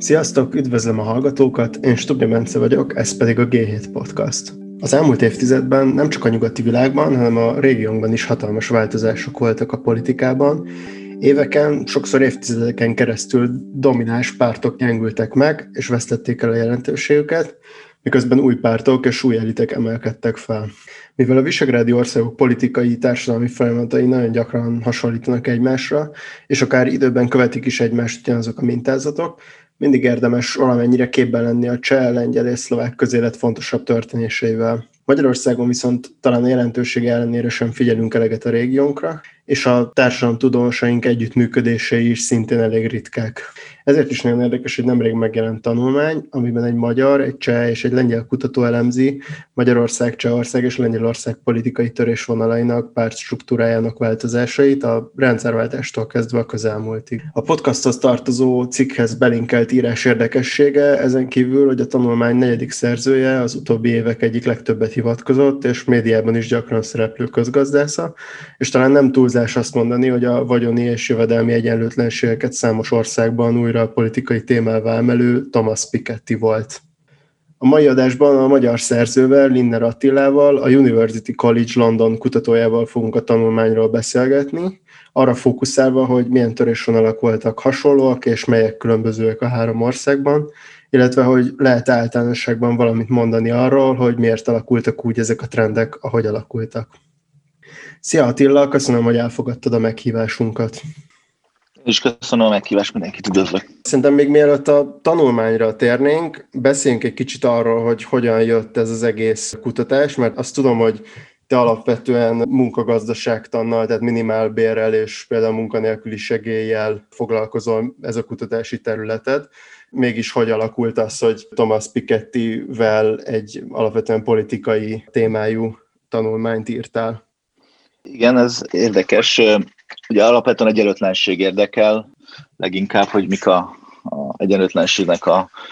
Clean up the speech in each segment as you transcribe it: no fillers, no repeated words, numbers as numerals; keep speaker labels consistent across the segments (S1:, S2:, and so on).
S1: Sziasztok, üdvözlöm a hallgatókat, én Stubni Bence vagyok, ez pedig a G7 Podcast. Az elmúlt évtizedben nem csak a nyugati világban, hanem a régiónkban is hatalmas változások voltak a politikában. Éveken, sokszor évtizedeken keresztül domináns pártok gyengültek meg, és vesztették el a jelentőségüket, miközben új pártok és új elitek emelkedtek fel. Mivel a visegrádi országok politikai, társadalmi folyamatai nagyon gyakran hasonlítanak egymásra, és akár időben követik is egymást ugyanazok a mintázatok, mindig érdemes valamennyire képben lenni a cseh, lengyel és szlovák közélet fontosabb történéseivel. Magyarországon viszont talán a jelentősége ellenére sem figyelünk eleget a régiónkra, és a társadalomtudósaink együttműködései is szintén elég ritkák. Ezért is nagyon érdekes, hogy nemrég megjelent tanulmány, amiben egy magyar, egy cseh és egy lengyel kutató elemzi Magyarország, Csehország és Lengyelország politikai törésvonalainak, pártstruktúrájának változásait a rendszerváltástól kezdve a közelmúltig. A podcasthoz tartozó cikkhez belinkelt írás érdekessége ezen kívül, hogy a tanulmány negyedik szerzője az utóbbi évek egyik legtöbbet hivatkozott, és médiában is gyakran szereplő közgazdásza, és talán nem túlzás azt mondani, hogy a vagyoni és jövedelmi egyenlőtlenségeket számos országban újra a politikai témává emelő Thomas Piketty volt. A mai adásban a magyar szerzővel, Linner Attilával, a University College London kutatójával fogunk a tanulmányról beszélgetni, arra fókuszálva, hogy milyen törésvonalak voltak hasonlóak, és melyek különbözőek a három országban, illetve hogy lehet általánosságban valamit mondani arról, hogy miért alakultak úgy ezek a trendek, ahogy alakultak. Szia Attila, köszönöm, hogy elfogadtad a meghívásunkat.
S2: És köszönöm a meghívást, mindenkit üdvözlök.
S1: Szerintem még mielőtt a tanulmányra térnénk, beszéljünk egy kicsit arról, hogy hogyan jött ez az egész kutatás, mert azt tudom, hogy te alapvetően munkagazdaságtannal, tehát minimálbérrel és például munkanélküli segéllyel foglalkozol, ez a kutatási területed. Mégis hogy alakult az, hogy Thomas Pikettyvel egy alapvetően politikai témájú tanulmányt írtál?
S2: Igen, ez érdekes. Ugye alapvetően egyenlőtlenség érdekel, leginkább, hogy mik a egyenlőtlenségnek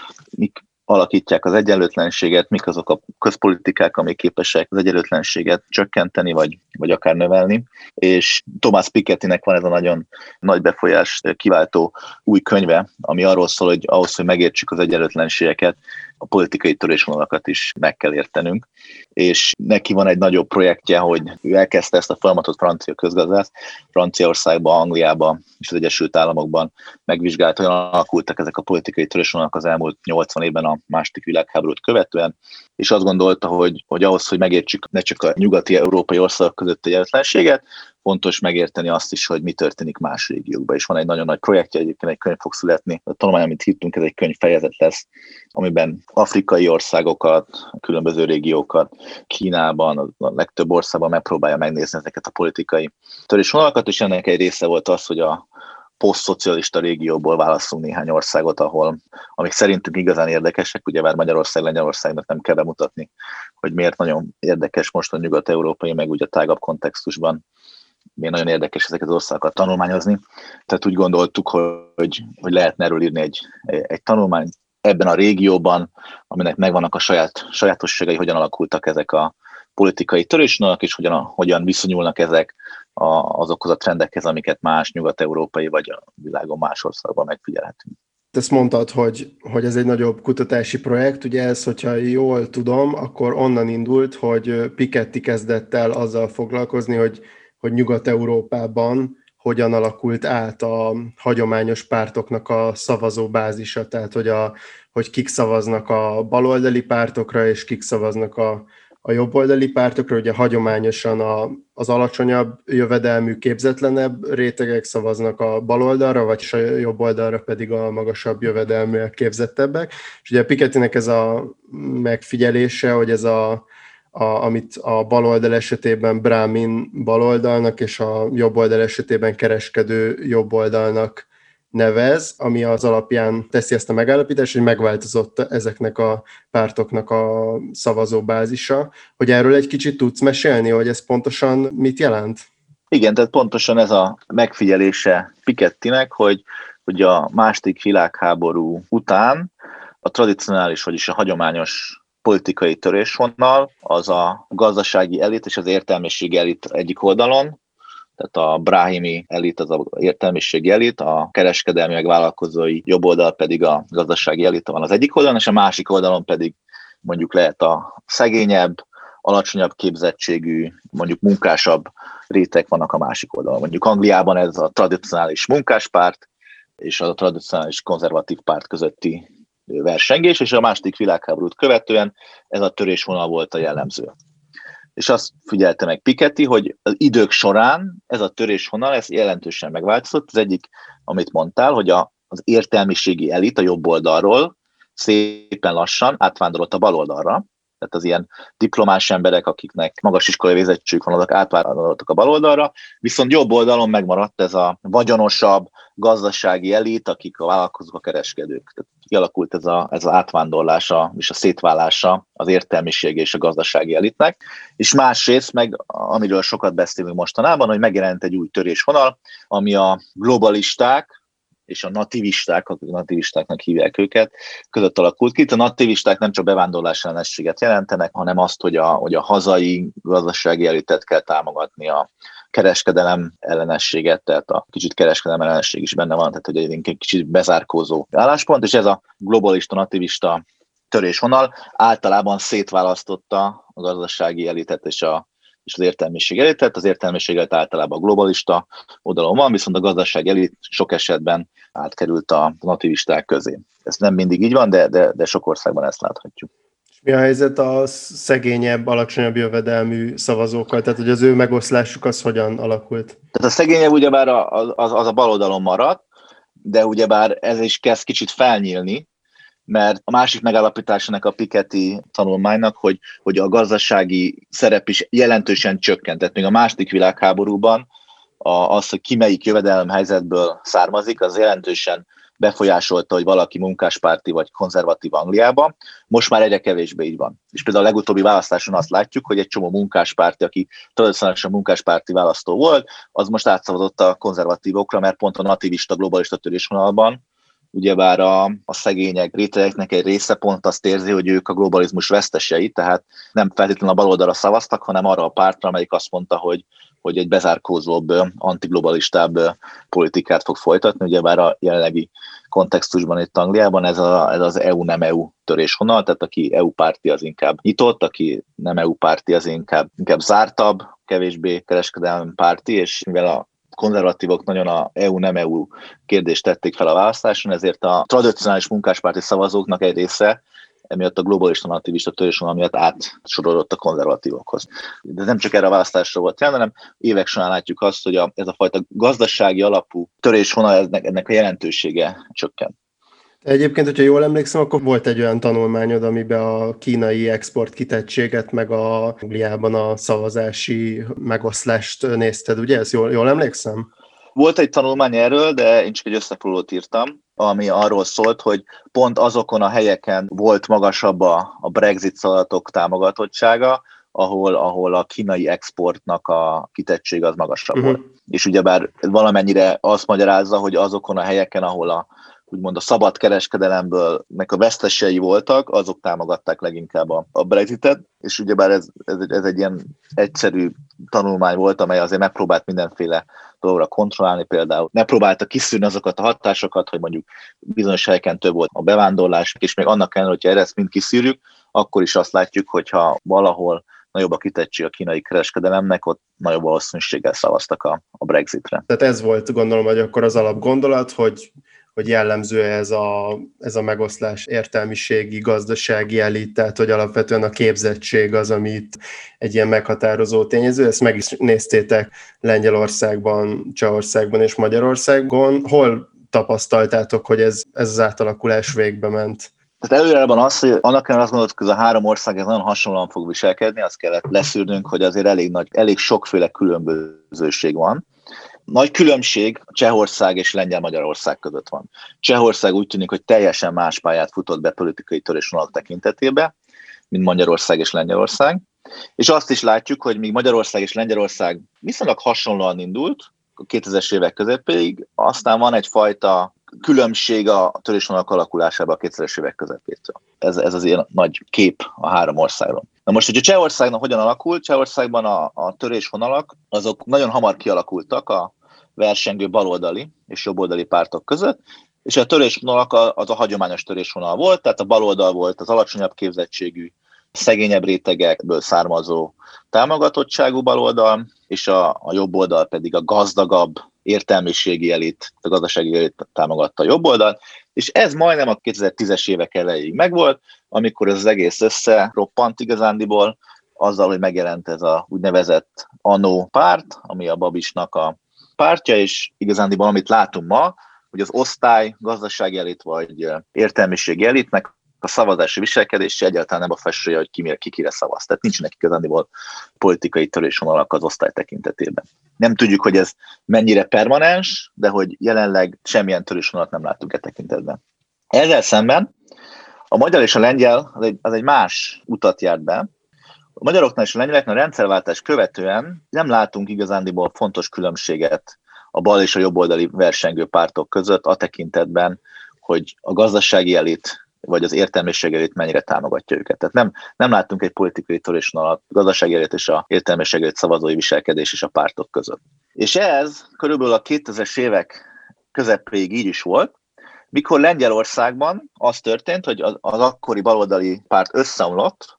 S2: mik alakítják az egyenlőtlenséget, mik azok a közpolitikák, amik képesek az egyenlőtlenséget csökkenteni, vagy akár növelni. És Thomas Pikettynek van ez a nagyon nagy befolyást kiváltó új könyve, ami arról szól, hogy ahhoz, hogy megértsük az egyenlőtlenségeket, a politikai törésvonalakat is meg kell értenünk. És neki van egy nagyobb projektje, hogy ő elkezdte ezt a folyamatot, francia közgazdász, Franciaországban, Angliában és az Egyesült Államokban megvizsgálta, hogyan alakultak ezek a politikai törésvonalak az elmúlt 80 évben a második világháborút követően, és azt gondolta, hogy ahhoz, hogy megértsük ne csak a nyugati európai országok közötti egyenlőtlenséget, fontos megérteni azt is, hogy mi történik más régiókban. És van egy nagyon nagy projektje, egyébként egy könyv fog születni. A tanulmány, amit hittünk, ez egy könyvfejezet lesz, amiben afrikai országokat, különböző régiókat, Kínában, a legtöbb országban megpróbálja megnézni ezeket a politikai törésvonalakat, és ennek egy része volt az, hogy a posztszocialista régióból választunk néhány országot, amik szerintünk igazán érdekesek, ugye már Magyarország, Lengyelországnak nem kell bemutatni, hogy miért nagyon érdekes most a nyugat-európai, meg ugye a tágabb kontextusban, miért nagyon érdekes ezeket az országokat tanulmányozni. Tehát úgy gondoltuk, hogy lehetne erről írni egy tanulmányt ebben a régióban, aminek megvannak a sajátosságai, hogyan alakultak ezek a politikai törésvonalak, és hogyan viszonyulnak ezek azokhoz a trendekhez, amiket más nyugat-európai vagy a világon más országban megfigyelhetünk.
S1: Ezt mondtad, hogy ez egy nagyobb kutatási projekt, ugye ez, hogyha jól tudom, akkor onnan indult, hogy Piketty kezdett el azzal foglalkozni, hogy Nyugat-Európában hogyan alakult át a hagyományos pártoknak a szavazóbázisa, tehát hogy kik szavaznak a baloldali pártokra, és kik szavaznak a jobboldali pártokra. Ugye hagyományosan az alacsonyabb jövedelmű, képzetlenebb rétegek szavaznak a baloldalra, vagy a jobb oldalra pedig a magasabb jövedelműek, képzettebbek. És ugye Pikettynek ez a megfigyelése, hogy ez amit a baloldal esetében Brahmin baloldalnak, és a jobb oldal esetében kereskedő jobb oldalnak nevez, ami az alapján teszi ezt a megállapítást, hogy megváltozott ezeknek a pártoknak a szavazóbázisa. Hogy erről egy kicsit tudsz mesélni, hogy ez pontosan mit jelent?
S2: Igen, tehát pontosan ez a megfigyelése Pikettynek, hogy a második világháború után a tradicionális, vagyis a hagyományos politikai törésvonal az a gazdasági elit és az értelmiségi elit egyik oldalon, Tehát a brahimi elit, az a értelmiségi elit, a kereskedelmi meg vállalkozói jobb oldal pedig a gazdasági elit van az egyik oldalon, és a másik oldalon pedig mondjuk lehet a szegényebb, alacsonyabb képzettségű, mondjuk munkásabb réteg vannak a másik oldalon. Mondjuk Angliában ez a tradicionális munkáspárt és a tradicionális konzervatív párt közötti versengés, és a második világháborút követően ez a törésvonal volt a jellemző. És azt figyelte meg Piketty, hogy az idők során ez a törésvonal ez jelentősen megváltozott. Az egyik, amit mondtál, hogy az értelmiségi elit a jobb oldalról szépen lassan átvándorolt a bal oldalra. Tehát az ilyen diplomás emberek, akiknek magas iskolai végzettségük van, azok átvándoroltak a bal oldalra, viszont jobb oldalon megmaradt ez a vagyonosabb gazdasági elit, akik a vállalkozók, a kereskedők. Tehát kialakult ez az átvándorlása és a szétválása az értelmiségi és a gazdasági elitnek. És másrészt meg, amiről sokat beszélünk mostanában, hogy megjelent egy új törésvonal, ami a globalisták és a nativisták, akik nativistáknak hívják őket, között alakult ki. Itt a nativisták nem csak bevándorlás ellenességet jelentenek, hanem azt, hogy a hazai gazdasági elitet kell támogatni, a kereskedelem ellenességet, tehát a kicsit kereskedelem ellenesség is benne van, tehát hogy egy kicsit bezárkózó álláspont, és ez a globalista, nativista törésvonal általában szétválasztotta a gazdasági elitet és az értelmiség elitet. Az értelmiség elit általában a globalista oldalon van, viszont a gazdaság elit sok esetben átkerült a nativisták közé. Ez nem mindig így van, de sok országban ezt láthatjuk.
S1: Mi a helyzet a szegényebb, alacsonyabb jövedelmű szavazókkal? Tehát, hogy az ő megoszlásuk az hogyan alakult?
S2: Tehát a szegényebb ugyebár az a bal oldalon maradt, de ugyebár ez is kezd kicsit felnyílni, mert a másik megállapításának a Piketty tanulmánynak, hogy a gazdasági szerep is jelentősen csökkent. Tehát még a második világháborúban az, hogy ki melyik jövedelem helyzetből származik, az jelentősen befolyásolta, hogy valaki munkáspárti vagy konzervatív Angliában. Most már egyre kevésbé így van. És például a legutóbbi választáson azt látjuk, hogy egy csomó munkáspárti, aki tradicionálisan munkáspárti választó volt, az most átszavazott a konzervatívokra, mert pont a nativista, globalista törésvonalban ugyebár a szegények rétegeknek egy része pont azt érzi, hogy ők a globalizmus vesztesei, tehát nem feltétlenül a baloldalra szavaztak, hanem arra a pártra, amelyik azt mondta, hogy egy bezárkózóbb, antiglobalistább politikát fog folytatni. Ugyebár a jelenlegi kontextusban itt Angliában ez az EU-nem EU törésvonal, tehát aki EU párti az inkább nyitott, aki nem EU párti az inkább zártabb, kevésbé kereskedelmi párti, és mivel a konzervatívok nagyon a EU-nem EU kérdést tették fel a választáson, ezért a tradicionális munkáspárti szavazóknak egy része emiatt a globalista nativista törésvonal miatt átsorodott a konzervatívokhoz. De nem csak erre a választásra volt jelen, hanem évek során látjuk azt, hogy ez a fajta gazdasági alapú törésvonal, ennek a jelentősége csökkent.
S1: Egyébként, hogyha jól emlékszem, akkor volt egy olyan tanulmányod, amiben a kínai export kitettséget, meg Angliában a szavazási megoszlást nézted, ugye? Ezt jól emlékszem?
S2: Volt egy tanulmány erről, de én csak egy összefoglalót írtam, ami arról szólt, hogy pont azokon a helyeken volt magasabb a Brexit szavazatok támogatottsága, ahol a kínai exportnak a kitettség az magasabb volt. És ugyebár valamennyire azt magyarázza, hogy azokon a helyeken, ahol úgymond a szabad kereskedelemből meg a vesztesei voltak, azok támogatták leginkább a Brexitet, és ugyebár ez egy ilyen egyszerű tanulmány volt, amely azért megpróbált mindenféle dologra kontrollálni, például megpróbálta kiszűrni azokat a hatásokat, hogy mondjuk bizonyos helyeken több volt a bevándorlás, és még annak ellenére, hogyha ezt mind kiszűrjük, akkor is azt látjuk, hogyha valahol nagyobb a kitettség a kínai kereskedelemnek, ott nagyobb valószínűséggel szavaztak a Brexitre.
S1: Tehát ez volt, gondolom, hogy akkor az alapgondolat, hogy jellemző ez a megoszlás értelmiségi, gazdasági elit, tehát hogy alapvetően a képzettség az, amit egy ilyen meghatározó tényező. Ezt meg is néztétek Lengyelországban, Csehországban és Magyarországon. Hol tapasztaltátok, hogy ez az átalakulás végbe ment?
S2: Tehát előreben az, hogy annak ellenére azt gondoltuk, hogy ez a három ország ez nagyon hasonlóan fog viselkedni, azt kellett leszűrnünk, hogy azért elég sokféle különbözőség van. Nagy különbség Csehország és Lengyel-Magyarország között van. Csehország úgy tűnik, hogy teljesen más pályát futott be politikai törésvonalak tekintetében, mint Magyarország és Lengyelország. És azt is látjuk, hogy míg Magyarország és Lengyelország viszonylag hasonlóan indult a 2000-es évek közepéig, aztán van egyfajta különbség a törésvonalak alakulásában a 2000-es évek közepétől. Ez az ilyen nagy kép a három országról. Na most, hogyha Csehországnak hogyan alakult, Csehországban a törésvonalak azok nagyon hamar kialakultak a versengő baloldali és jobboldali pártok között, és a törésvonalak az a hagyományos törésvonal volt, tehát a baloldal volt az alacsonyabb képzettségű, szegényebb rétegekből származó támogatottságú baloldal, és a jobb oldal pedig a gazdagabb értelmiségi elit, a gazdasági elit támogatta a jobb oldal, és ez majdnem a 2010-es évek elejéig megvolt, amikor ez az egész összeroppant igazándiból, azzal, hogy megjelent ez a úgynevezett ANO párt, ami a Babisnak a pártja, és igazándiból amit látunk ma, hogy az osztály, gazdasági elit vagy értelmiségi elitnek a szavazási viselkedése egyáltalán nem a festője, hogy ki kire szavaz. Tehát nincsenek igazándiból politikai törésvonalak az osztály tekintetében. Nem tudjuk, hogy ez mennyire permanens, de hogy jelenleg semmilyen törésvonalat nem láttunk e tekintetben. Ezzel szemben a magyar és a lengyel az egy más utat járt be. A magyaroknál és a lengyeleknél a rendszerváltás követően nem látunk igazándiból fontos különbséget a bal és a jobboldali versengő pártok között a tekintetben, hogy a gazdasági elit vagy az értelmiség elit mennyire támogatja őket. Tehát nem láttunk egy politikai törésvonalat a gazdasági elit és az értelmiség elit szavazói viselkedés és a pártok között. És ez körülbelül a 2000-es évek közepéig így is volt, mikor Lengyelországban az történt, hogy az akkori baloldali párt összeomlott,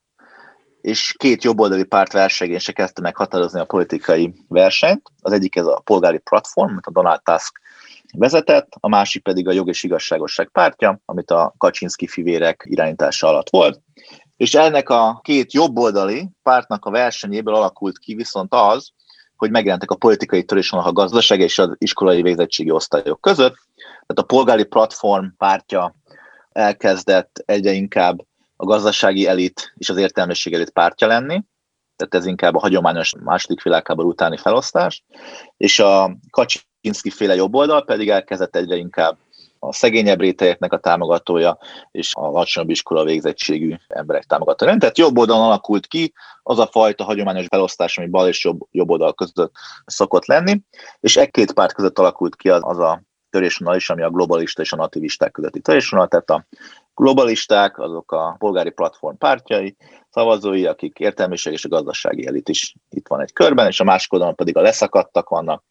S2: és két jobboldali párt versengése kezdte meghatározni a politikai versenyt. Az egyik ez a polgári platform, amit a Donald Tusk vezetett, a másik pedig a Jog és Igazságosság pártja, amit a Kaczynszki fivérek irányítása alatt volt. És ennek a két jobboldali pártnak a versenyéből alakult ki viszont az, hogy megjelentek a politikai törésvonalak a gazdasági és az iskolai végzettségi osztályok között. Tehát a polgári platform pártja elkezdett egyre inkább a gazdasági elit és az értelmiség elit pártja lenni, tehát ez inkább a hagyományos második világháború utáni felosztás, és a Kaczynszki-féle jobboldal pedig elkezdett egyre inkább a szegényebb rétegeknek a támogatója, és a alacsonyabb iskola végzettségű emberek támogatója. Tehát jobb oldalon alakult ki az a fajta hagyományos felosztás, ami bal és jobb oldal között szokott lenni, és két párt között alakult ki az a törésvonal is, ami a globalista és a nativisták közötti törésvonal, tehát a globalisták, azok a polgári platform pártjai, szavazói, akik értelmiség és a gazdasági elit is itt van egy körben, és a másik oldalon pedig a leszakadtak vannak,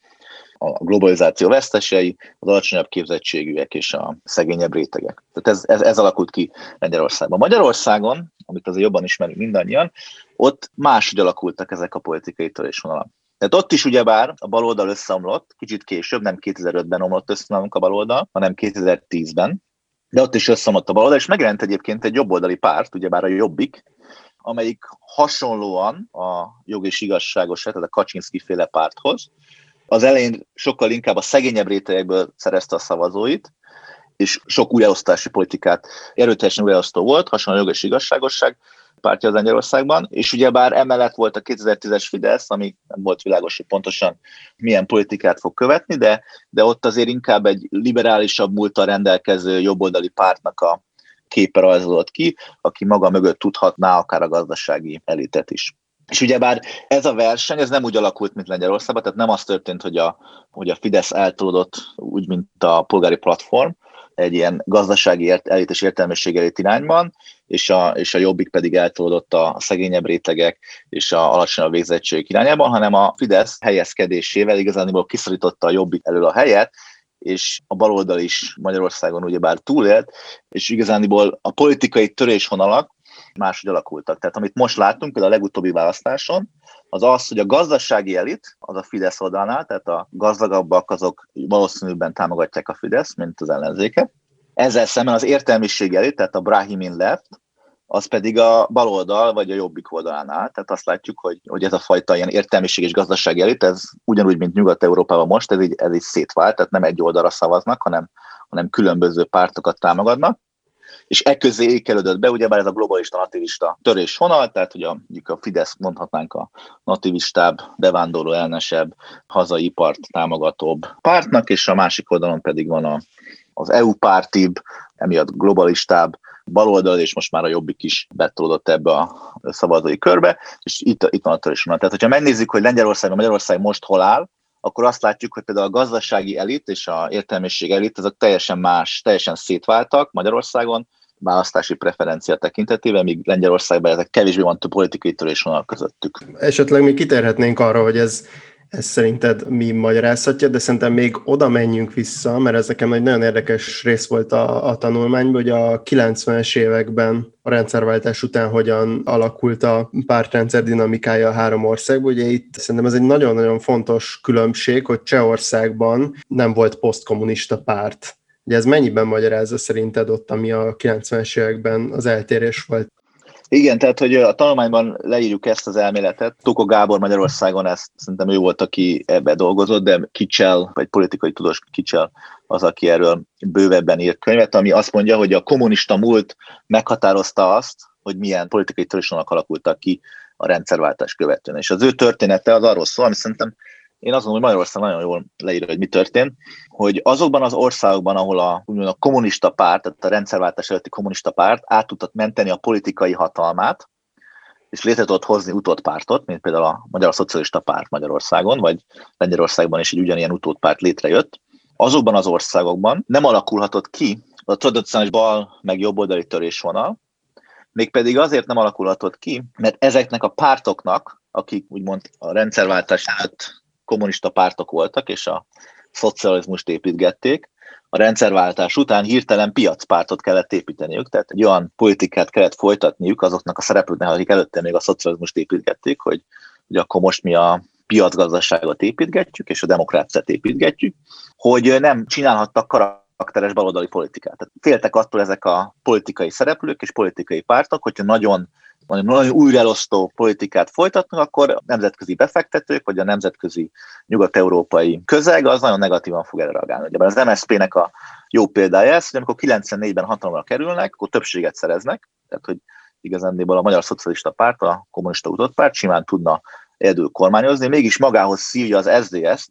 S2: a globalizáció vesztesei, az alacsonyabb képzettségűek és a szegényebb rétegek. Tehát ez alakult ki Lengyelországban. Magyarországon, amit azért jobban ismerünk mindannyian, ott máshogy alakultak ezek a politikai törésvonalak. Tehát ott is ugyebár a baloldal összeomlott, kicsit később, nem 2005-ben omlott össze a baloldal, hanem 2010-ben, de ott is összeomlott a baloldal, és megjelent egyébként egy jobboldali párt, ugyebár a Jobbik, amelyik hasonlóan a Jog és Igazságosság, tehát a Kaczynszki-féle párthoz, az elején sokkal inkább a szegényebb rétegekből szerezte a szavazóit, és sok újraosztási politikát erőteljesen újraosztó volt, hasonló a Jog és Igazságosság pártja az Lengyelországban, és ugyebár emellett volt a 2010-es Fidesz, ami nem volt világos, hogy pontosan milyen politikát fog követni, de ott azért inkább egy liberálisabb múlttal rendelkező jobboldali pártnak a képe rajzolódott ki, aki maga mögött tudhatná akár a gazdasági elitet is. És ugyebár ez a verseny, ez nem úgy alakult, mint Lengyelországban, tehát nem az történt, hogy a Fidesz eltolódott úgy, mint a polgári platform, egy ilyen gazdasági elit és értelmiség elit irányban, és a Jobbik pedig eltolódott a szegényebb rétegek és a alacsonyabb végzettség irányában, hanem a Fidesz helyezkedésével igazából kiszorította a Jobbik elől a helyet, és a baloldal is Magyarországon ugyebár túlélt, és igazából a politikai törésvonalak máshogy alakultak. Tehát amit most láttunk, például a legutóbbi választáson, az az, hogy a gazdasági elit, az a Fidesz oldalnál, tehát a gazdagabbak azok valószínűbben támogatják a Fidesz, mint az ellenzéket. Ezzel szemben az értelmiség elit, tehát a Brahimin left, az pedig a baloldal vagy a Jobbik oldalánál. Tehát azt látjuk, hogy ez a fajta ilyen értelmiség és gazdasági elit, ez ugyanúgy, mint Nyugat-Európában most, ez így szétvált, tehát nem egy oldalra szavaznak, hanem különböző pártokat támogatnak. És ekközé ékelődött be, ugyebár ez a globalista-nativista törésvonal, tehát ugye a Fidesz mondhatnánk a nativistább, bevándorló ellenesebb, hazai ipart támogatóbb pártnak, és a másik oldalon pedig van az EU-pártibb, emiatt globalistább baloldal, és most már a Jobbik is betolódott ebbe a szavazói körbe, és itt van a törésvonal. Tehát, hogyha megnézzük, hogy Lengyelországban Magyarország most hol áll, akkor azt látjuk, hogy például a gazdasági elit és a értelmiség elit, azok teljesen más, teljesen szétváltak Magyarországon, választási preferencia tekintetében, míg Lengyelországban ezek kevésbé van több politikai törésvonal közöttük.
S1: Esetleg még kitérhetnénk arra, hogy ez szerinted mi magyarázhatja, de szerintem még oda menjünk vissza, mert ez nekem egy nagyon érdekes rész volt a tanulmányban, hogy a 90-es években a rendszerváltás után hogyan alakult a pártrendszer dinamikája a három országban. Ugye itt szerintem ez egy nagyon-nagyon fontos különbség, hogy Csehországban nem volt posztkommunista párt. Ugye ez mennyiben magyarázza szerinted ott, ami a 90-es években az eltérés volt?
S2: Igen, tehát, hogy a tanulmányban leírjuk ezt az elméletet. Tokó Gábor Magyarországon, ezt szerintem ő volt, aki ebbe dolgozott, de Kicsel, vagy politikai tudós Kicsel az, aki erről bővebben írt könyvet, ami azt mondja, hogy a kommunista múlt meghatározta azt, hogy milyen politikai törésvonalak alakultak ki a rendszerváltás követően. És az ő története az arról szól, ami szerintem én azt mondom, hogy Magyarország nagyon jól leírja, hogy mi történt, hogy azokban az országokban, ahol a kommunista párt, tehát a rendszerváltás előtti kommunista párt át tudott menteni a politikai hatalmát, és létre tudott hozni utódpártot, mint például a Magyar Szocialista Párt Magyarországon, vagy Lengyelországban is egy ugyanilyen utódpárt létrejött, azokban az országokban nem alakulhatott ki a tradicionális bal meg jobboldali törésvonal, mégpedig azért nem alakulhatott ki, mert ezeknek a pártoknak, akik úgymond a rendszerváltás előtt kommunista pártok voltak, és a szocializmust építgették, a rendszerváltás után hirtelen piacpártot kellett építeniük, tehát egy olyan politikát kellett folytatniuk azoknak a szereplőknek, akik előtte még a szocializmust építgették, hogy akkor most mi a piacgazdaságot építgetjük, és a demokráciát építgetjük, hogy nem csinálhattak karakteres baloldali politikát. Tehát féltek attól ezek a politikai szereplők és politikai pártok, hogyha nagyon újraelosztó politikát folytatnak, akkor a nemzetközi befektetők, vagy a nemzetközi nyugat-európai közeg az nagyon negatívan fog erre reagálni. Ugye az MSZP-nek a jó példája ez, hogy amikor 94-ben hatalomra kerülnek, akkor többséget szereznek, tehát hogy igazándiból a Magyar Szocialista Párt, a kommunista utódpárt simán tudna egyedül kormányozni, mégis magához szívja az SZDSZ-t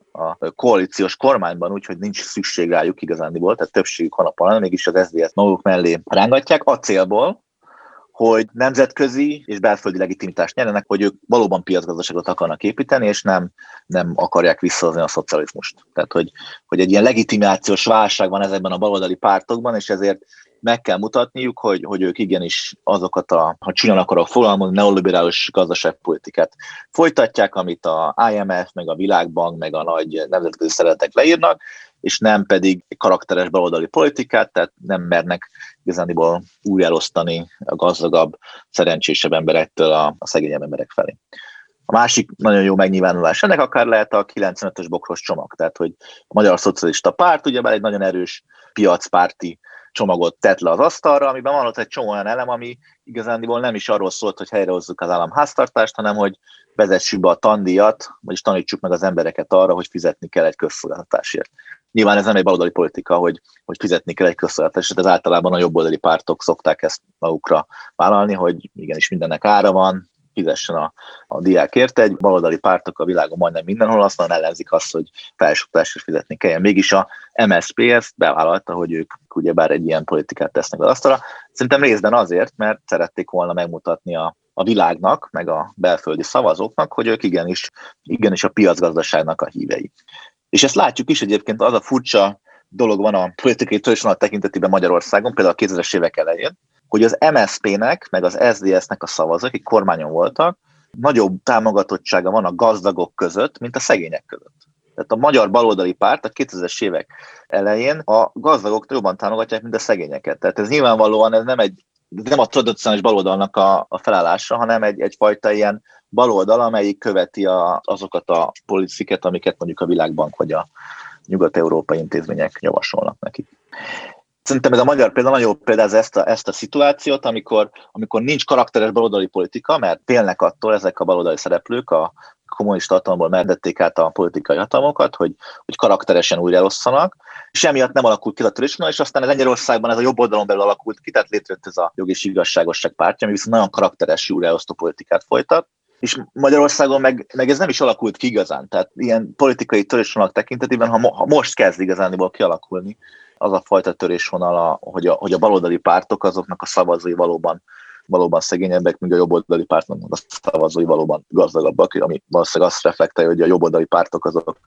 S2: a koalíciós kormányban, úgyhogy nincs szükség rájuk igazándiból, tehát többségük van a parlamentben, mégis az SZDSZ-t maguk mellé rángatják a célból, hogy nemzetközi és belföldi legitimitást nyernek, hogy ők valóban piacgazdaságot akarnak építeni, és nem akarják visszahozni a szocializmust. Tehát, hogy egy ilyen legitimációs válság van ezekben a baloldali pártokban, és ezért meg kell mutatniuk, hogy ők igenis azokat ha csúnyan akarok fogalmazni, neoliberális gazdaságpolitikát folytatják, amit a IMF, meg a Világbank, meg a nagy nemzetközi szervezetek leírnak, és nem pedig karakteres baloldali politikát, tehát nem mernek igazániból újraelosztani a gazdagabb, szerencsésebb emberektől a szegényebb emberek felé. A másik nagyon jó megnyilvánulás ennek akár lehet a 95-ös bokros csomag, tehát hogy a Magyar Szocialista Párt ugyebár egy nagyon erős piacpárti csomagot tett le az asztalra, amiben van ott egy csomó olyan elem, ami igazándiból nem is arról szólt, hogy helyrehozzuk az államháztartást, hanem hogy vezessük be a tandíjat, vagyis tanítsuk meg az embereket arra, hogy fizetni kell egy közszolgáltatásért. Nyilván ez nem egy baloldali politika, hogy fizetni kell egy közszolgáltatásért, ez általában a jobboldali pártok szokták ezt magukra vállalni, hogy igenis mindennek ára van, fizessen a diák érte. Egy baloldali pártok a világon majdnem mindenhol aztán ellenzik azt, hogy felsőoktatásra fizetni kelljen. Mégis a MSZP ezt bevállalta, hogy ők ugyebár egy ilyen politikát tesznek az asztalra. Szerintem részben azért, mert szerették volna megmutatni a világnak, meg a belföldi szavazóknak, hogy ők igenis a piacgazdaságnak a hívei. És ezt látjuk is egyébként, az a furcsa dolog van a politikai törésvonal tekintetében Magyarországon, például a 2000-es évek elején, hogy az MSZP-nek, meg az SZDSZ-nek a szavazók, akik kormányon voltak, nagyobb támogatottsága van a gazdagok között, mint a szegények között. Tehát a magyar baloldali párt a 2000-es évek elején a gazdagoktól jobban támogatják, mint a szegényeket. Tehát ez nyilvánvalóan ez nem a tradicionális baloldalnak a felállása, hanem egyfajta ilyen baloldal, amelyik követi azokat a politikát, amiket mondjuk a Világbank vagy a nyugat-európai intézmények javasolnak nekik. Szerintem ez a magyar példa nagyon jó példáz ezt a szituációt, amikor nincs karakteres baloldali politika, mert félnek attól ezek a baloldali szereplők, a kommunista hatalomból merdették át a politikai hatalmokat, hogy karakteresen újraelosszanak, és emiatt nem alakult ki a törésvonal, és aztán Lengyelországban ez a jobb oldalon belül alakult ki, tehát létrejött ez a Jog és Igazságosság pártja, ami viszont nagyon karakteres újraelosztó politikát folytat, és Magyarországon meg ez nem is alakult ki igazán, tehát ilyen politikai törésvonalak tekintetében, ha most kezd igazániból kialakulni az a fajta törésvonal, hogy a baloldali pártok azoknak a szavazói valóban szegényebbek, míg a jobboldali pártoknak a szavazói valóban gazdagabbak, ami valószínűleg azt reflektálja, hogy a jobboldali pártok azok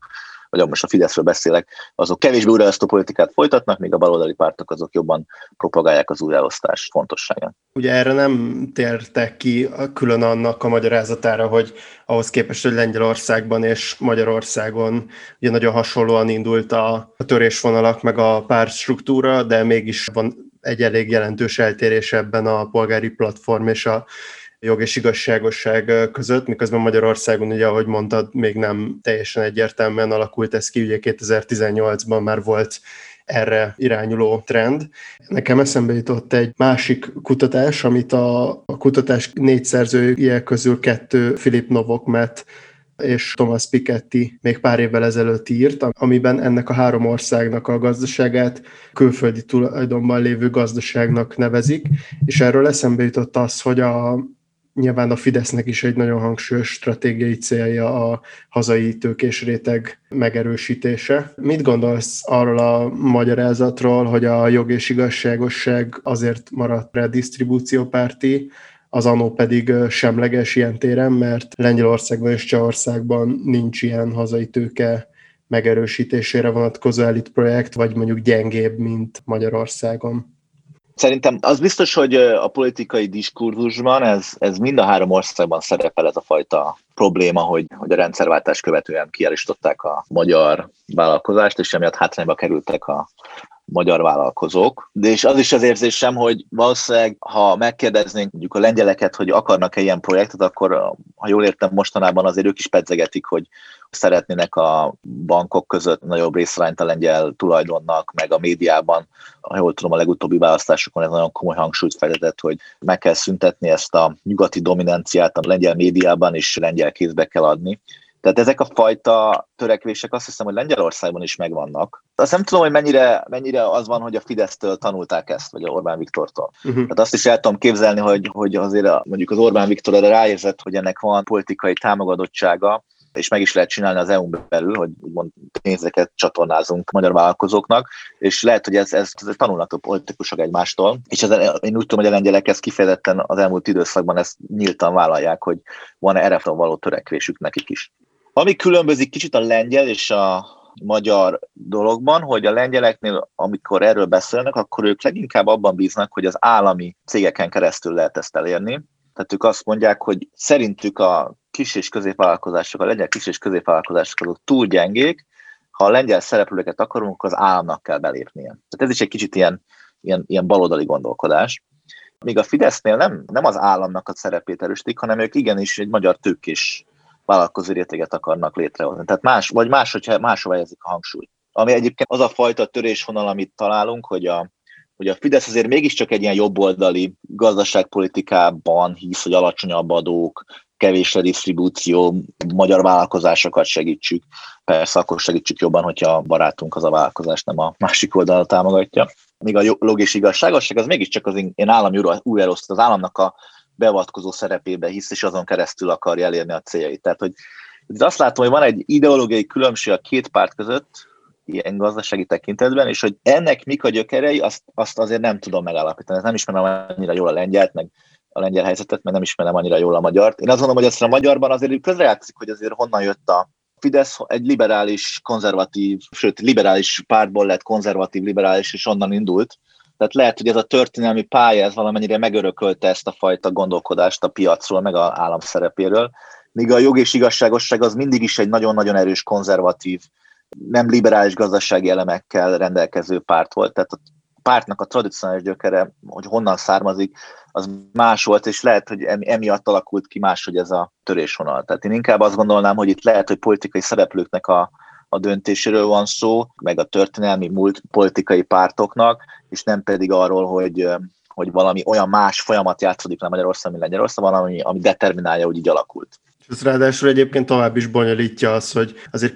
S2: vagy most a Fideszről beszélek, azok kevésbé újraelosztó politikát folytatnak, míg a baloldali pártok azok jobban propagálják az újraelosztás fontosságát.
S1: Ugye erre nem tértek ki külön annak a magyarázatára, hogy ahhoz képest, hogy Lengyelországban és Magyarországon ugye nagyon hasonlóan indult a törésvonalak meg a pártstruktúra, de mégis van egy elég jelentős eltérés ebben a polgári platform és a jog és igazságosság között, miközben Magyarországon, ugye, ahogy mondtad, még nem teljesen egyértelműen alakult ez ki, ugye 2018-ban már volt erre irányuló trend. Nekem eszembe jutott egy másik kutatás, amit a kutatás 4 szerzője közül 2, Philip Novokmet és Thomas Piketty még pár évvel ezelőtt írt, amiben ennek a 3 országnak a gazdaságát külföldi tulajdonban lévő gazdaságnak nevezik, és erről eszembe jutott az, hogy nyilván a Fidesznek is egy nagyon hangsúlyos stratégiai célja a hazai tőkés réteg megerősítése. Mit gondolsz arról a magyarázatról, hogy a jog és igazságosság azért maradt redistribúciópárti, az ANO pedig semleges ilyen téren, mert Lengyelországban és Csehországban nincs ilyen hazai tőke megerősítésére vonatkozó elitprojekt, vagy mondjuk gyengébb, mint Magyarországon?
S2: Szerintem az biztos, hogy a politikai diskurzusban ez mind a 3 országban szerepel ez a fajta probléma, hogy a rendszerváltás követően kiárusították a magyar vállalkozást, és emiatt hátrányba kerültek a magyar vállalkozók. De és az is az érzésem, hogy valószínűleg, ha megkérdeznénk mondjuk a lengyeleket, hogy akarnak-e ilyen projektet, akkor, ha jól értem, mostanában azért ők is pedzegetik, hogy szeretnének a bankok között nagyobb részarányt a lengyel tulajdonnak, meg a médiában, ha jól tudom, a legutóbbi választásokon ez nagyon komoly hangsúlyt fektetett, hogy meg kell szüntetni ezt a nyugati dominanciát a lengyel médiában, és lengyel kézbe kell adni. Tehát ezek a fajta törekvések azt hiszem, hogy Lengyelországban is megvannak. Azt nem tudom, hogy mennyire az van, hogy a Fidesztől tanulták ezt, vagy a Orbán Viktortól. Tehát azt is el tudom képzelni, hogy azért mondjuk az Orbán Viktor erre ráérzett, hogy ennek van politikai támogatottsága, és meg is lehet csinálni az EU-n belül, hogy úgymond pénzeket csatornázunk magyar vállalkozóknak, és lehet, hogy ez tanulnak a politikusok egymástól, és én úgy tudom, hogy a lengyelek ezt kifejezetten az elmúlt időszakban ezt nyíltan vállalják, hogy van erre való törekvésük nekik is. Ami különbözik kicsit a lengyel és a magyar dologban, hogy a lengyeleknél, amikor erről beszélnek, akkor ők leginkább abban bíznak, hogy az állami cégeken keresztül lehet ezt elérni. Tehát ők azt mondják, hogy szerintük a kis és középvállalkozások, a lengyel kis és középvállalkozások azok túl gyengék, ha a lengyel szereplőket akarunk, akkor az államnak kell belépnie. Tehát ez is egy kicsit ilyen baloldali gondolkodás. Míg a Fidesznél nem az államnak a szerepét erősítik, hanem ők igenis egy magyar tőkés vállalkozó réteget akarnak létrehozni. Tehát máshova helyezik a hangsúlyt. Ami egyébként az a fajta törésvonal, amit találunk, hogy a Fidesz azért mégiscsak egy ilyen jobboldali gazdaságpolitikában hisz, hogy alacsonyabb adók, kevés redistribúció, magyar vállalkozásokat segítsük. Persze akkor segítsük jobban, hogyha a barátunk az a vállalkozást nem a másik oldalra támogatja. Míg a jog és igazságosság az mégiscsak az én állami újraelosztó, az államnak a beavatkozó szerepébe hisz, és azon keresztül akarja elérni a céljait. Tehát, hogy azt látom, hogy van egy ideológiai különbség a 2 párt között, ilyen gazdasági tekintetben, és hogy ennek mik a gyökerei, azt azért nem tudom megállapítani. Nem ismerem annyira jól a lengyelt, meg a lengyel helyzetet, meg nem ismerem annyira jól a magyart. Én azt gondolom, hogy a magyarban azért közrejátszik, hogy azért honnan jött a Fidesz, egy liberális, konzervatív, sőt, liberális pártból lett konzervatív, liberális, és onnan indult. Tehát lehet, hogy ez a történelmi pálya, ez valamennyire megörökölte ezt a fajta gondolkodást a piacról, meg az állam szerepéről, míg a jog és igazságosság az mindig is egy nagyon-nagyon erős, konzervatív, nem liberális gazdasági elemekkel rendelkező párt volt. Tehát a pártnak a tradicionális gyökere, hogy honnan származik, az más volt, és lehet, hogy emiatt alakult ki máshogy ez a törésvonal. Tehát én inkább azt gondolnám, hogy itt lehet, hogy politikai szereplőknek a döntéséről van szó, meg a történelmi múlt politikai pártoknak, és nem pedig arról, hogy valami olyan más folyamat játszódik le Magyarországon, mint Lengyelországban, ami determinálja, hogy így alakult.
S1: Ez ráadásul egyébként tovább is bonyolítja az, hogy azért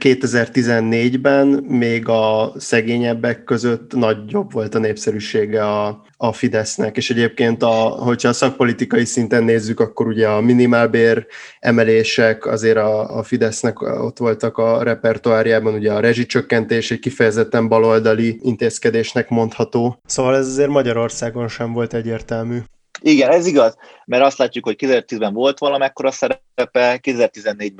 S1: 2014-ben még a szegényebbek között nagyobb volt a népszerűsége a Fidesznek, és egyébként, hogyha a szakpolitikai szinten nézzük, akkor ugye a minimálbér emelések azért a Fidesznek ott voltak a repertoárjában, ugye a rezsicsökkentés egy kifejezetten baloldali intézkedésnek mondható. Szóval ez azért Magyarországon sem volt egyértelmű.
S2: Igen, ez igaz, mert azt látjuk, hogy 2010-ben volt valamekkora szerepe, 2014-ben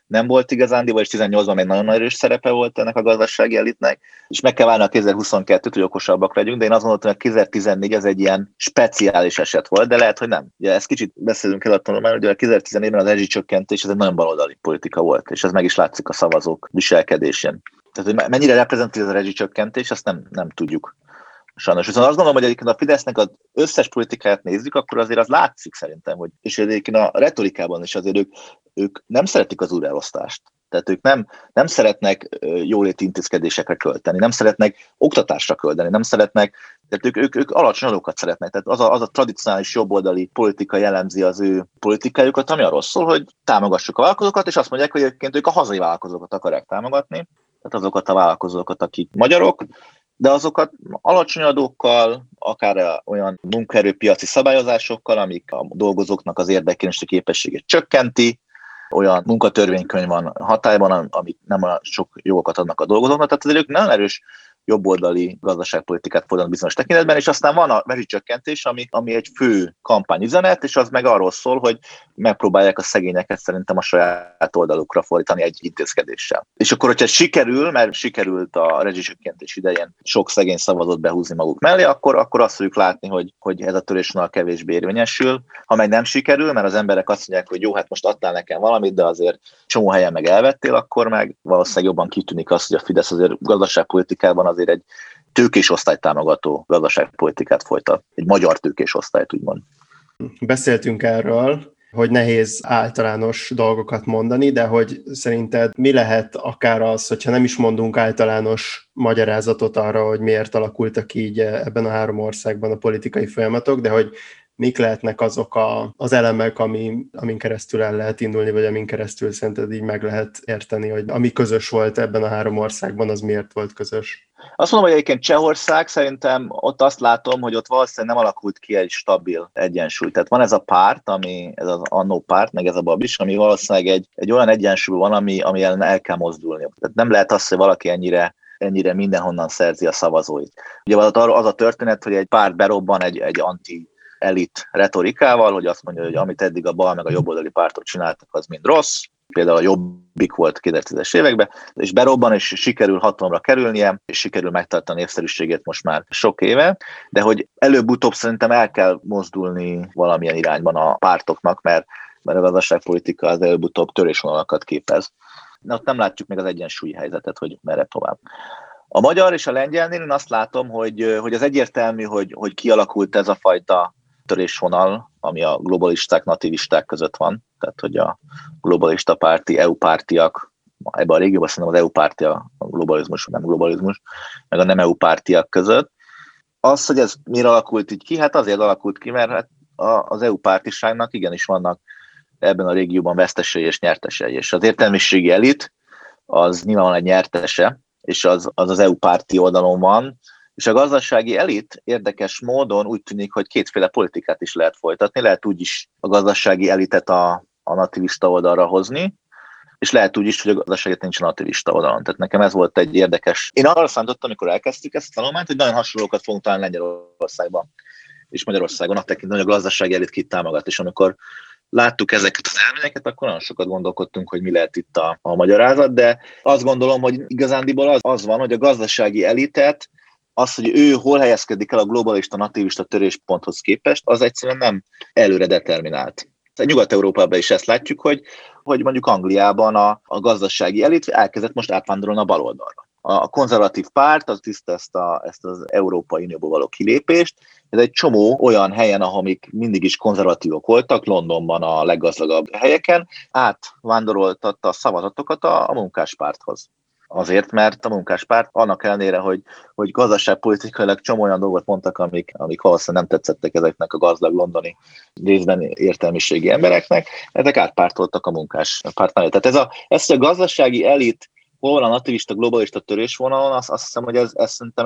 S2: nem volt igazándiból, és 18-ban még nagyon erős szerepe volt ennek a gazdasági elitnek, és meg kell várni a 2022-t, hogy okosabbak legyünk, de én azt gondoltam, hogy a 2014 ez egy ilyen speciális eset volt, de lehet, hogy nem. Ugye ezt kicsit beszélünk el a tanulmányról, hogy a 2014-ben az rezsicsökkentés ez egy nagyon baloldali politika volt, és ez meg is látszik a szavazók viselkedésén. Tehát, hogy mennyire reprezentatív ez a rezsicsökkentés, azt nem tudjuk. Sajnos. Viszont azt gondolom, hogy egyébként a Fidesznek az összes politikáját nézzük, akkor azért az látszik szerintem, hogy, és egyébként a retorikában is azért ők nem szeretik az újraelosztást. Tehát ők nem szeretnek jóléti intézkedésekre költeni, nem szeretnek oktatásra költeni, nem szeretnek, tehát ők alacsony adókat szeretnek. Tehát az a tradicionális jobboldali politika jellemzi az ő politikájukat, ami arról szól, hogy támogassuk a vállalkozókat, és azt mondják, hogy egyébként ők a hazai vállalkozókat akarják támogatni, tehát azokat a vállalkozókat, akik magyarok, de azokat alacsony adókkal, akár olyan munkaerőpiaci szabályozásokkal, amik a dolgozóknak az érdekelésű képességét csökkenti, olyan munkatörvénykönyv van hatályban, amik nem olyan sok jogokat adnak a dolgozóknak, tehát azért ők nagyon erős jobboldali gazdaságpolitikát folytatnak bizonyos tekintetben, és aztán van a rezsicsökkentés, ami egy fő kampányüzenet, és az meg arról szól, hogy megpróbálják a szegényeket szerintem a saját oldalukra fordítani egy intézkedéssel. És akkor, hogyha sikerül, mert sikerült a rezsicsökkentés idején sok szegény szavazót behúzni maguk mellé, akkor azt fogjuk látni, hogy ez a törésvonal kevésbé érvényesül. Ha meg nem sikerül, mert az emberek azt mondják, hogy jó, hát most adtál nekem valamit, de azért csomó helyen meg elvettél, akkor meg valószínűleg jobban kitűnik az, hogy a Fidesz azért gazdaságpolitikában azért egy tőkés osztály támogató gazdaságpolitikát folytat. Egy magyar tőkés osztályt, úgymond.
S1: Beszéltünk erről, hogy nehéz általános dolgokat mondani, de hogy szerinted mi lehet akár az, hogyha nem is mondunk általános magyarázatot arra, hogy miért alakultak így ebben a három országban a politikai folyamatok, de hogy mik lehetnek azok az elemek, amin keresztül el lehet indulni, vagy amin keresztül szerinted így meg lehet érteni, hogy ami közös volt ebben a három országban, az miért volt közös?
S2: Azt mondom, hogy egyébként Csehország, szerintem ott azt látom, hogy ott valószínűleg nem alakult ki egy stabil egyensúly. Tehát van ez a párt, ez az Annó párt, meg ez a Babis, ami valószínűleg egy olyan egyensúly van, ami ellen el kell mozdulni. Tehát nem lehet az, hogy valaki ennyire mindenhonnan szerzi a szavazóit. Ugye az a történet, hogy egy párt berobban egy anti-elit retorikával, hogy azt mondja, hogy amit eddig a bal meg a jobboldali pártok csináltak, az mind rossz. Például a Jobbik volt 2010-es években, és berobban, és sikerül hatalomra kerülnie, és sikerül megtartani népszerűségét most már sok éve, de hogy előbb-utóbb szerintem el kell mozdulni valamilyen irányban a pártoknak, mert a gazdaságpolitika az előbb-utóbb törésvonalakat képez. De ott nem látjuk még az egyensúlyi helyzetet, hogy merre tovább. A magyar és a lengyelnél én azt látom, hogy az egyértelmű, hogy kialakult ez a fajta törésvonal, ami a globalisták, nativisták között van, tehát hogy a globalista párti, EU pártiak, ebben a régióban szerintem az EU pártia a globalizmus, nem globalizmus, meg a nem EU pártiak között. Az, hogy ez miért alakult így ki? Hát azért alakult ki, mert hát az EU pártiságnak igenis vannak ebben a régióban vesztesei és nyertesei, és az értelmiségi elit az nyilvánvalóan egy nyertese, és az EU párti oldalon van, és a gazdasági elit érdekes módon úgy tűnik, hogy kétféle politikát is lehet folytatni. Lehet úgy is a gazdasági elitet a nativista oldalra hozni, és lehet úgy is, hogy a gazdasági elit nincs a nativista oldalon. Tehát nekem ez volt egy érdekes. Én arra számítottam, amikor elkezdtük ezt a tanulmányt, hogy nagyon hasonlókat fogunk találni Lengyelországban és Magyarországon, azt tekintve, hogy a gazdasági elit kit támogat. És amikor láttuk ezeket az elményeket, akkor nagyon sokat gondolkodtunk, hogy mi lehet itt a magyarázat, de azt gondolom, hogy igazándiból az van, hogy a gazdasági elitet, az, hogy ő hol helyezkedik el a globalista, nativista törésponthoz képest, az egyszerűen nem előre determinált. Nyugat-Európában is ezt látjuk, hogy mondjuk Angliában a gazdasági elit elkezdett most átvándorolni a baloldalra. A konzervatív párt az tiszta ezt az Európai Unióból való kilépést. Ez egy csomó olyan helyen, amik mindig is konzervatívok voltak, Londonban a leggazdagabb helyeken, átvándoroltatta a szavazatokat a munkáspárthoz. Azért, mert a munkáspárt annak ellenére, hogy gazdaságpolitikailag csomó olyan dolgot mondtak, amik valószínűleg nem tetszettek ezeknek a gazdag londoni részben értelmiségi embereknek, ezek átpártoltak a munkáspárt mellé. Tehát ez a gazdasági elit hol van a nativista, globalista törésvonalon, azt hiszem, hogy ez szerintem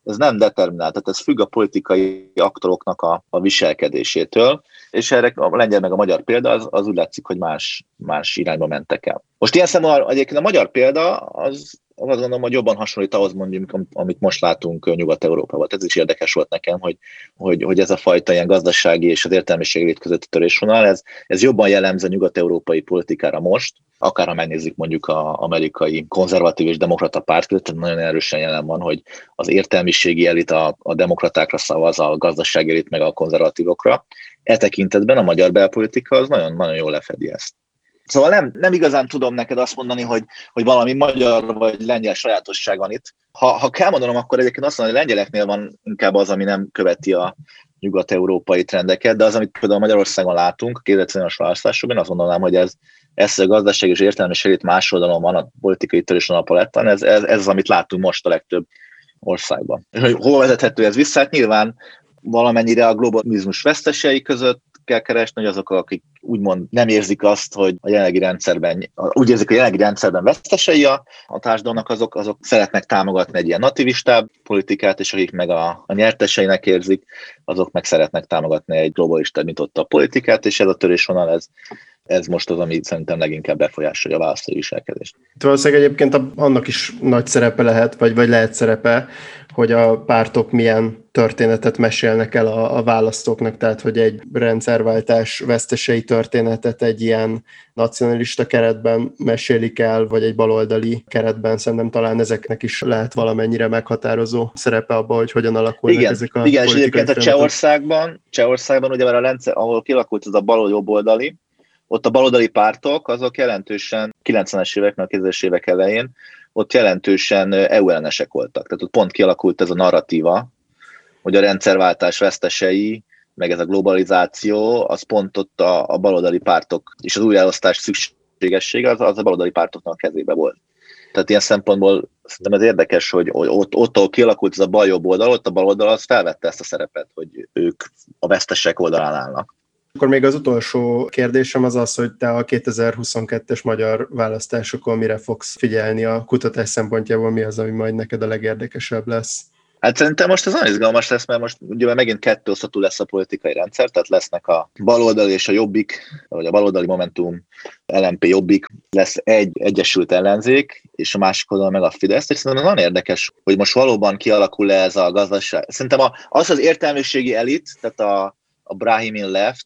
S2: ez nem determinált, tehát ez függ a politikai aktoroknak a viselkedésétől, és erre a lengyel meg a magyar példa az úgy látszik, hogy más irányba mentek el. Most ilyen szemben egyébként a magyar példa az azt gondolom, hogy jobban hasonlít ahhoz mondjuk, amit most látunk Nyugat-Európában. Ez is érdekes volt nekem, hogy ez a fajta ilyen gazdasági és az értelmiség elit közötti törésvonal, ez jobban jellemző a nyugat-európai politikára most, akár ha megnézzük mondjuk az amerikai konzervatív és demokrata párt között, tehát nagyon erősen jelen van, hogy az értelmiségi elit a demokratákra szavaz, a gazdasági elit meg a konzervatívokra. E tekintetben a magyar belpolitika az nagyon-nagyon jól lefedi ezt. Szóval nem igazán tudom neked azt mondani, hogy valami magyar vagy lengyel sajátosság van itt. Ha kell mondanom, akkor egyébként azt mondom, hogy a lengyeleknél van inkább az, ami nem követi a nyugat-európai trendeket, de az, amit például Magyarországon látunk, a 2020-as választásokban, azt mondanám, hogy ez a gazdaság és értelmiség itt más oldalon van a politikai törésvonal a palettán, ez az, amit látunk most a legtöbb országban. És hogy hol vezethető ez vissza? Hát nyilván valamennyire a globalizmus vesztesei között kell keresni, hogy azok, akik úgymond nem érzik azt, hogy a jelenlegi rendszerben, úgy érzik, hogy a jelenlegi rendszerben vesztesei a társadalomnak, azok szeretnek támogatni egy ilyen nativistább politikát, és akik meg a nyerteseinek érzik, azok meg szeretnek támogatni egy globalista nyitottabb politikát, és ez a törésvonal, ez most az, ami szerintem leginkább befolyásolja a választói viselkedést.
S1: Valószínűleg egyébként annak is nagy szerepe lehet, vagy lehet szerepe, hogy a pártok milyen történetet mesélnek el a választóknak, tehát hogy egy rendszerváltás vesztesei történetet egy ilyen nacionalista keretben mesélik el, vagy egy baloldali keretben. Szerintem talán ezeknek is lehet valamennyire meghatározó szerepe abban, hogy hogyan alakulnak ezek a politikai.
S2: Igen, és egyébként a Csehországban ugye már a rendszer, ahol kialakult ez a bal-jobboldali, ott a baloldali pártok, azok jelentősen 90-es éveknek, a 2000-es évek elején, ott jelentősen EU-ellenesek voltak. Tehát ott pont kialakult ez a narratíva, hogy a rendszerváltás vesztesei, meg ez a globalizáció, az pont ott a baloldali pártok, és az újraelosztás szükségessége az a baloldali pártoknak a kezébe volt. Tehát ilyen szempontból szerintem ez érdekes, hogy ott, ahol kialakult ez a bal-jobb oldal, ott a baloldal az felvette ezt a szerepet, hogy ők a vesztesek oldalán állnak.
S1: Akkor még az utolsó kérdésem az, hogy te a 2022-es magyar választásokon mire fogsz figyelni a kutatás szempontjából, mi az, ami majd neked a legérdekesebb lesz?
S2: Hát szerintem most ez nagyon izgalmas lesz, mert most ugye megint kettőosztatú lesz a politikai rendszer, tehát lesznek a baloldali és a Jobbik, vagy a baloldali Momentum, LMP Jobbik, lesz egy egyesült ellenzék, és a másik oldalon meg a Fidesz, és szerintem nagyon érdekes, hogy most valóban kialakul-e ez a gazdaság. Szerintem az értelmiségi elit, tehát a Brahimin left,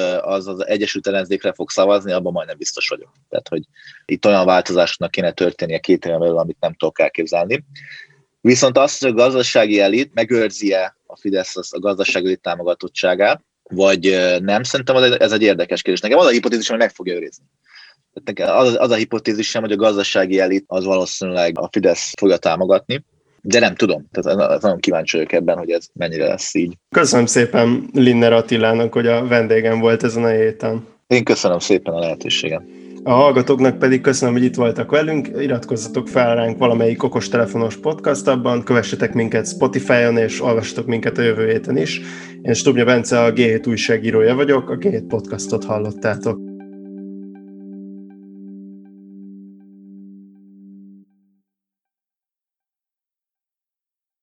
S2: az egyesült ellenzékre fog szavazni, abban majdnem biztos vagyok. Tehát, hogy itt olyan változásoknak kéne történnie 2 éven belül, amit nem tudok elképzelni. Viszont azt, hogy a gazdasági elit megőrzi-e a Fidesz a gazdasági elit támogatottságát, vagy nem, szerintem ez egy érdekes kérdés. Nekem az a hipotézisem, hogy meg fogja őrizni. Az a hipotézisem, hogy a gazdasági elit az valószínűleg a Fidesz fogja támogatni, de nem tudom. Tehát nagyon kíváncsi vagyok ebben, hogy ez mennyire lesz így.
S1: Köszönöm szépen Linner Attilának, hogy a vendégem volt ezen a héten.
S2: Én köszönöm szépen a lehetőséget.
S1: A hallgatóknak pedig köszönöm, hogy itt voltak velünk, iratkozzatok fel ránk valamelyik okostelefonos podcastabban, kövessetek minket Spotify-on, és olvassatok minket a jövő héten is. Én Stubnya Bence, a G7 újságírója vagyok, a G7 podcastot hallottátok.